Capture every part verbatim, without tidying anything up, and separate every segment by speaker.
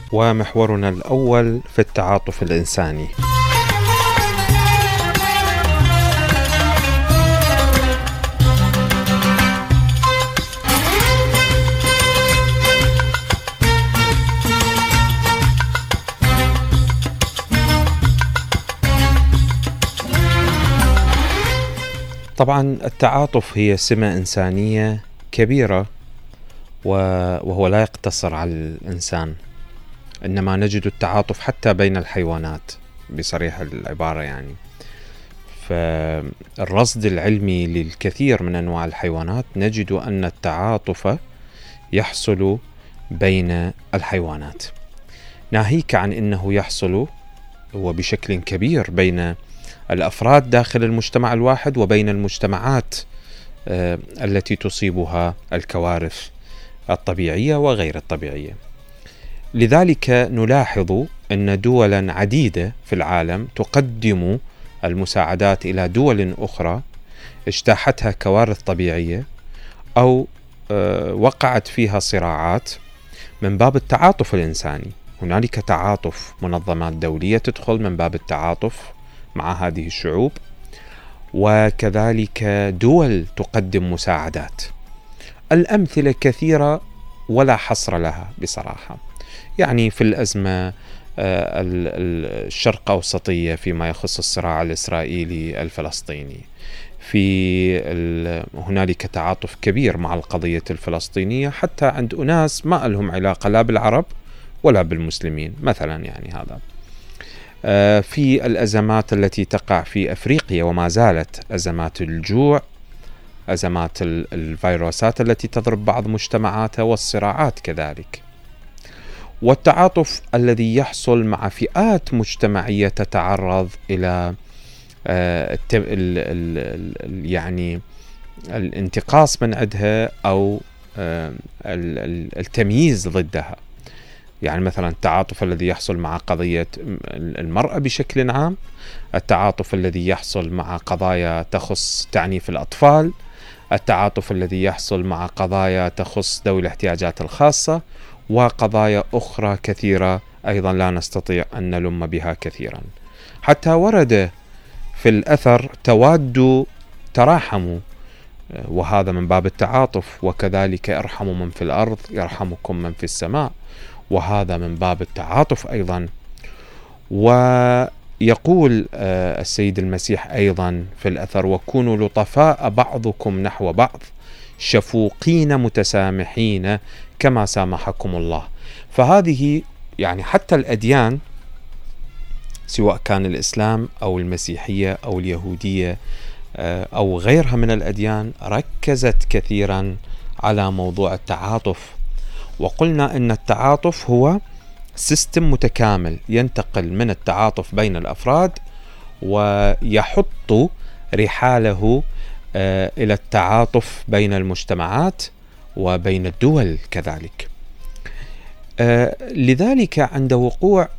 Speaker 1: ومحورنا الأول في التعاطف الإنساني. طبعا التعاطف هي سمة إنسانية كبيرة، وهو لا يقتصر على الإنسان، إنما نجد التعاطف حتى بين الحيوانات بصريح العبارة. يعني فالرصد العلمي للكثير من أنواع الحيوانات نجد أن التعاطف يحصل بين الحيوانات، ناهيك عن أنه يحصل وبشكل كبير بين الأفراد داخل المجتمع الواحد وبين المجتمعات التي تصيبها الكوارث الطبيعية وغير الطبيعية. لذلك نلاحظ أن دولا عديدة في العالم تقدم المساعدات إلى دول أخرى اجتاحتها كوارث طبيعية أو وقعت فيها صراعات من باب التعاطف الإنساني. هنالك تعاطف، منظمات دولية تدخل من باب التعاطف مع هذه الشعوب، وكذلك دول تقدم مساعدات. الأمثلة كثيرة ولا حصر لها بصراحة. يعني في الأزمة الشرق أوسطية فيما يخص الصراع الإسرائيلي الفلسطيني، في هنالك تعاطف كبير مع القضية الفلسطينية حتى عند أناس ما لهم علاقة لا بالعرب ولا بالمسلمين مثلا. يعني هذا في الأزمات التي تقع في أفريقيا وما زالت أزمات الجوع، أزمات الفيروسات التي تضرب بعض مجتمعاتها، والصراعات كذلك. والتعاطف الذي يحصل مع فئات مجتمعية تتعرض إلى يعني الانتقاص من عندها أو التمييز ضدها. يعني مثلا التعاطف الذي يحصل مع قضية المرأة بشكل عام، التعاطف الذي يحصل مع قضايا تخص تعنيف الأطفال، التعاطف الذي يحصل مع قضايا تخص ذوي الاحتياجات الخاصة، وقضايا أخرى كثيرة أيضا لا نستطيع أن نلم بها كثيرا. حتى ورد في الأثر توادوا تراحموا، وهذا من باب التعاطف، وكذلك ارحموا من في الأرض يرحمكم من في السماء، وهذا من باب التعاطف أيضا. ويقول السيد المسيح أيضا في الأثر: وكونوا لطفاء بعضكم نحو بعض شفوقين متسامحين كما سامحكم الله. فهذه يعني حتى الأديان سواء كان الإسلام أو المسيحية أو اليهودية أو غيرها من الأديان ركزت كثيرا على موضوع التعاطف، وقلنا أن التعاطف هو سيستم متكامل ينتقل من التعاطف بين الأفراد ويحط رحاله إلى التعاطف بين المجتمعات وبين الدول كذلك. لذلك عند وقوع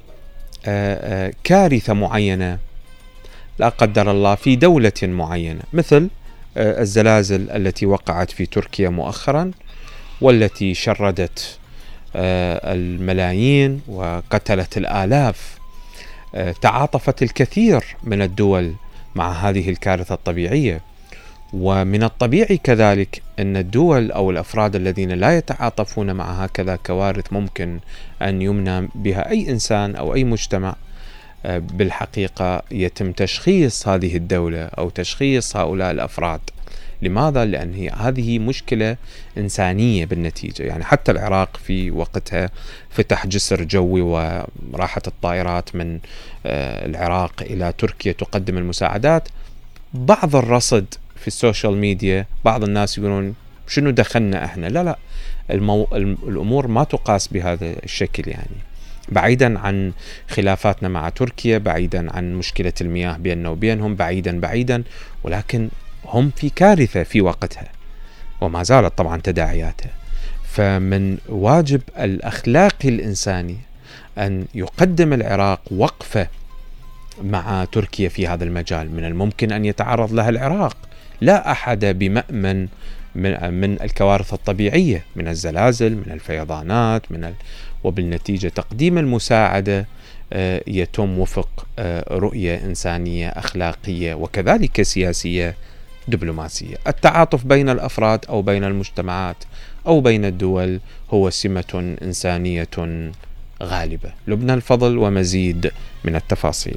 Speaker 1: كارثة معينة لا قدر الله في دولة معينة، مثل الزلازل التي وقعت في تركيا مؤخرا والتي شردت الملايين وقتلت الآلاف، تعاطفت الكثير من الدول مع هذه الكارثة الطبيعية. ومن الطبيعي كذلك أن الدول أو الأفراد الذين لا يتعاطفون مع هكذا كوارث ممكن أن يمنع بها أي إنسان أو أي مجتمع، بالحقيقة يتم تشخيص هذه الدولة أو تشخيص هؤلاء الأفراد. لماذا؟ لأن هذه مشكلة إنسانية بالنتيجة. يعني حتى العراق في وقتها فتح جسر جوي وراحت الطائرات من العراق إلى تركيا تقدم المساعدات. بعض الرصد في السوشيال ميديا بعض الناس يقولون شنو دخلنا احنا؟ لا لا، المو... الأمور ما تقاس بهذا الشكل. يعني بعيدا عن خلافاتنا مع تركيا، بعيدا عن مشكلة المياه بيننا وبينهم، بعيدا بعيدا ولكن هم في كارثة في وقتها وما زالت طبعا تداعياتها. فمن واجب الأخلاقي الإنساني أن يقدم العراق وقفة مع تركيا في هذا المجال. من الممكن أن يتعرض لها العراق، لا أحد بمأمن من, من الكوارث الطبيعية، من الزلازل، من الفيضانات، من ال... وبالنتيجة تقديم المساعدة يتم وفق رؤية إنسانية أخلاقية وكذلك سياسية دبلوماسية. التعاطف بين الأفراد أو بين المجتمعات أو بين الدول هو سمة إنسانية غالبة. لبنى الفضل ومزيد من التفاصيل.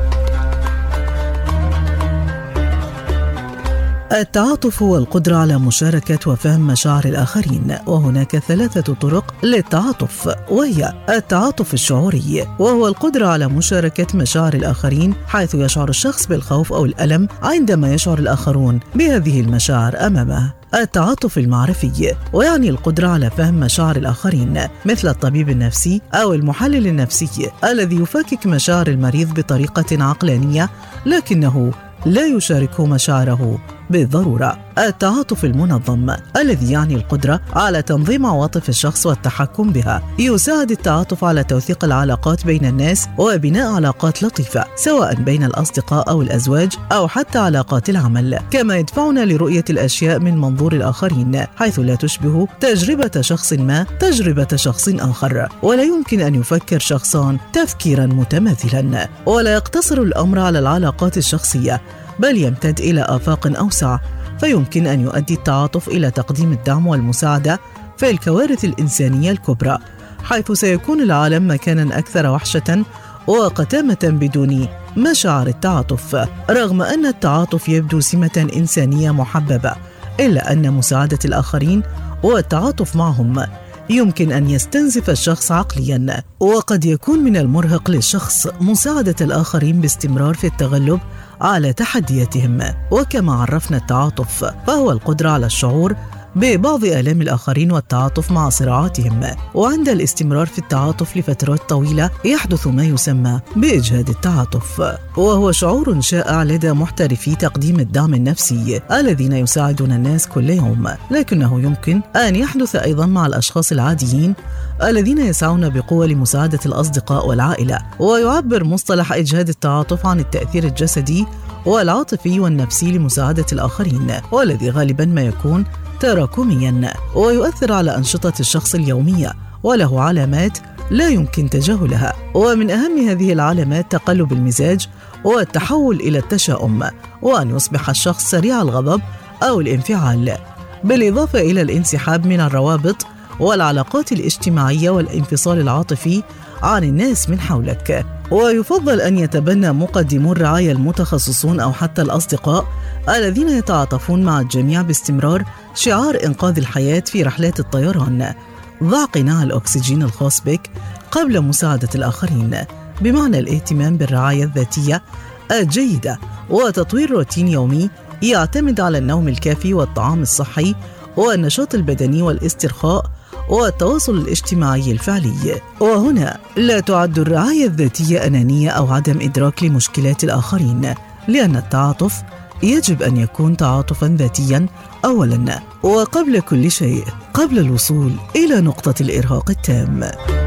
Speaker 2: التعاطف هو القدرة على مشاركة وفهم مشاعر الآخرين، وهناك ثلاثة طرق للتعاطف، وهي التعاطف الشعوري، وهو القدرة على مشاركة مشاعر الآخرين، حيث يشعر الشخص بالخوف أو الألم عندما يشعر الآخرون بهذه المشاعر أمامه. التعاطف المعرفي، ويعني القدرة على فهم مشاعر الآخرين، مثل الطبيب النفسي أو المحلل النفسي الذي يفكك مشاعر المريض بطريقة عقلانية لكنه لا يشاركه مشاعره بالضرورة. التعاطف المنظم، الذي يعني القدرة على تنظيم عواطف الشخص والتحكم بها. يساعد التعاطف على توثيق العلاقات بين الناس وبناء علاقات لطيفة، سواء بين الأصدقاء أو الأزواج أو حتى علاقات العمل، كما يدفعنا لرؤية الأشياء من منظور الآخرين، حيث لا تشبه تجربة شخص ما تجربة شخص آخر، ولا يمكن أن يفكر شخصان تفكيرا متماثلا. ولا يقتصر الأمر على العلاقات الشخصية، بل يمتد إلى آفاق أوسع، فيمكن أن يؤدي التعاطف إلى تقديم الدعم والمساعدة في الكوارث الإنسانية الكبرى، حيث سيكون العالم مكانا أكثر وحشة وقتامة بدون مشاعر التعاطف. رغم أن التعاطف يبدو سمة إنسانية محببة، إلا أن مساعدة الآخرين والتعاطف معهم يمكن أن يستنزف الشخص عقليا، وقد يكون من المرهق للشخص مساعدة الآخرين باستمرار في التغلب على تحدياتهم. وكما عرفنا التعاطف فهو القدرة على الشعور ببعض آلام الآخرين والتعاطف مع صراعاتهم، وعند الاستمرار في التعاطف لفترات طويلة يحدث ما يسمى بإجهاد التعاطف، وهو شعور شائع لدى محترفي تقديم الدعم النفسي الذين يساعدون الناس كل يوم، لكنه يمكن أن يحدث أيضا مع الأشخاص العاديين الذين يسعون بقوة لمساعدة الأصدقاء والعائلة. ويعبر مصطلح إجهاد التعاطف عن التأثير الجسدي والعاطفي والنفسي لمساعدة الآخرين، والذي غالبا ما يكون تراكميا ويؤثر على أنشطة الشخص اليومية، وله علامات لا يمكن تجاهلها. ومن أهم هذه العلامات تقلب المزاج والتحول إلى التشاؤم، وأن يصبح الشخص سريع الغضب أو الانفعال، بالإضافة إلى الانسحاب من الروابط والعلاقات الاجتماعية والانفصال العاطفي عن الناس من حولك. ويفضل أن يتبنى مقدمو الرعاية المتخصصون أو حتى الأصدقاء الذين يتعاطفون مع الجميع باستمرار شعار إنقاذ الحياة في رحلات الطيران: ضع قناع الأكسجين الخاص بك قبل مساعدة الآخرين، بمعنى الاهتمام بالرعاية الذاتية الجيدة وتطوير روتين يومي يعتمد على النوم الكافي والطعام الصحي والنشاط البدني والاسترخاء والتواصل الاجتماعي الفعلي. وهنا لا تعد الرعاية الذاتية أنانية أو عدم إدراك لمشكلات الآخرين، لأن التعاطف يجب أن يكون تعاطفاً ذاتياً أولاً وقبل كل شيء، قبل الوصول إلى نقطة الإرهاق التام.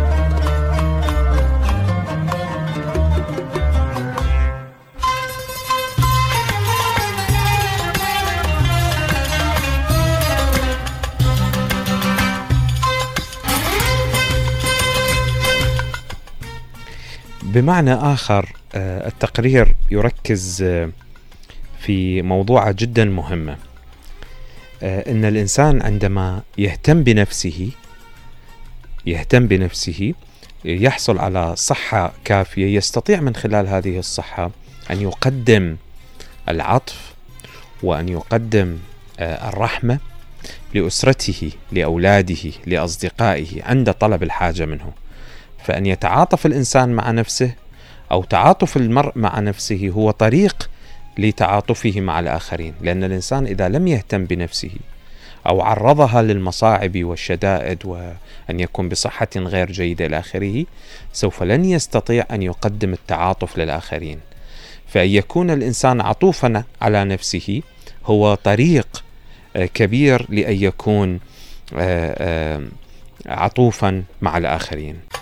Speaker 1: بمعنى آخر، التقرير يركز في موضوع جدا مهمة، إن الإنسان عندما يهتم بنفسه يهتم بنفسه يحصل على صحة كافية، يستطيع من خلال هذه الصحة أن يقدم العطف وأن يقدم الرحمة لأسرته، لأولاده، لأصدقائه عند طلب الحاجة منه. فأن يتعاطف الإنسان مع نفسه أو تعاطف المرء مع نفسه هو طريق لتعاطفه مع الآخرين، لأن الإنسان إذا لم يهتم بنفسه أو عرضها للمصاعب والشدائد وأن يكون بصحة غير جيدة إلى آخره، سوف لن يستطيع أن يقدم التعاطف للآخرين. فأن يكون الإنسان عطوفا على نفسه هو طريق كبير لأن يكون عطوفا مع الآخرين.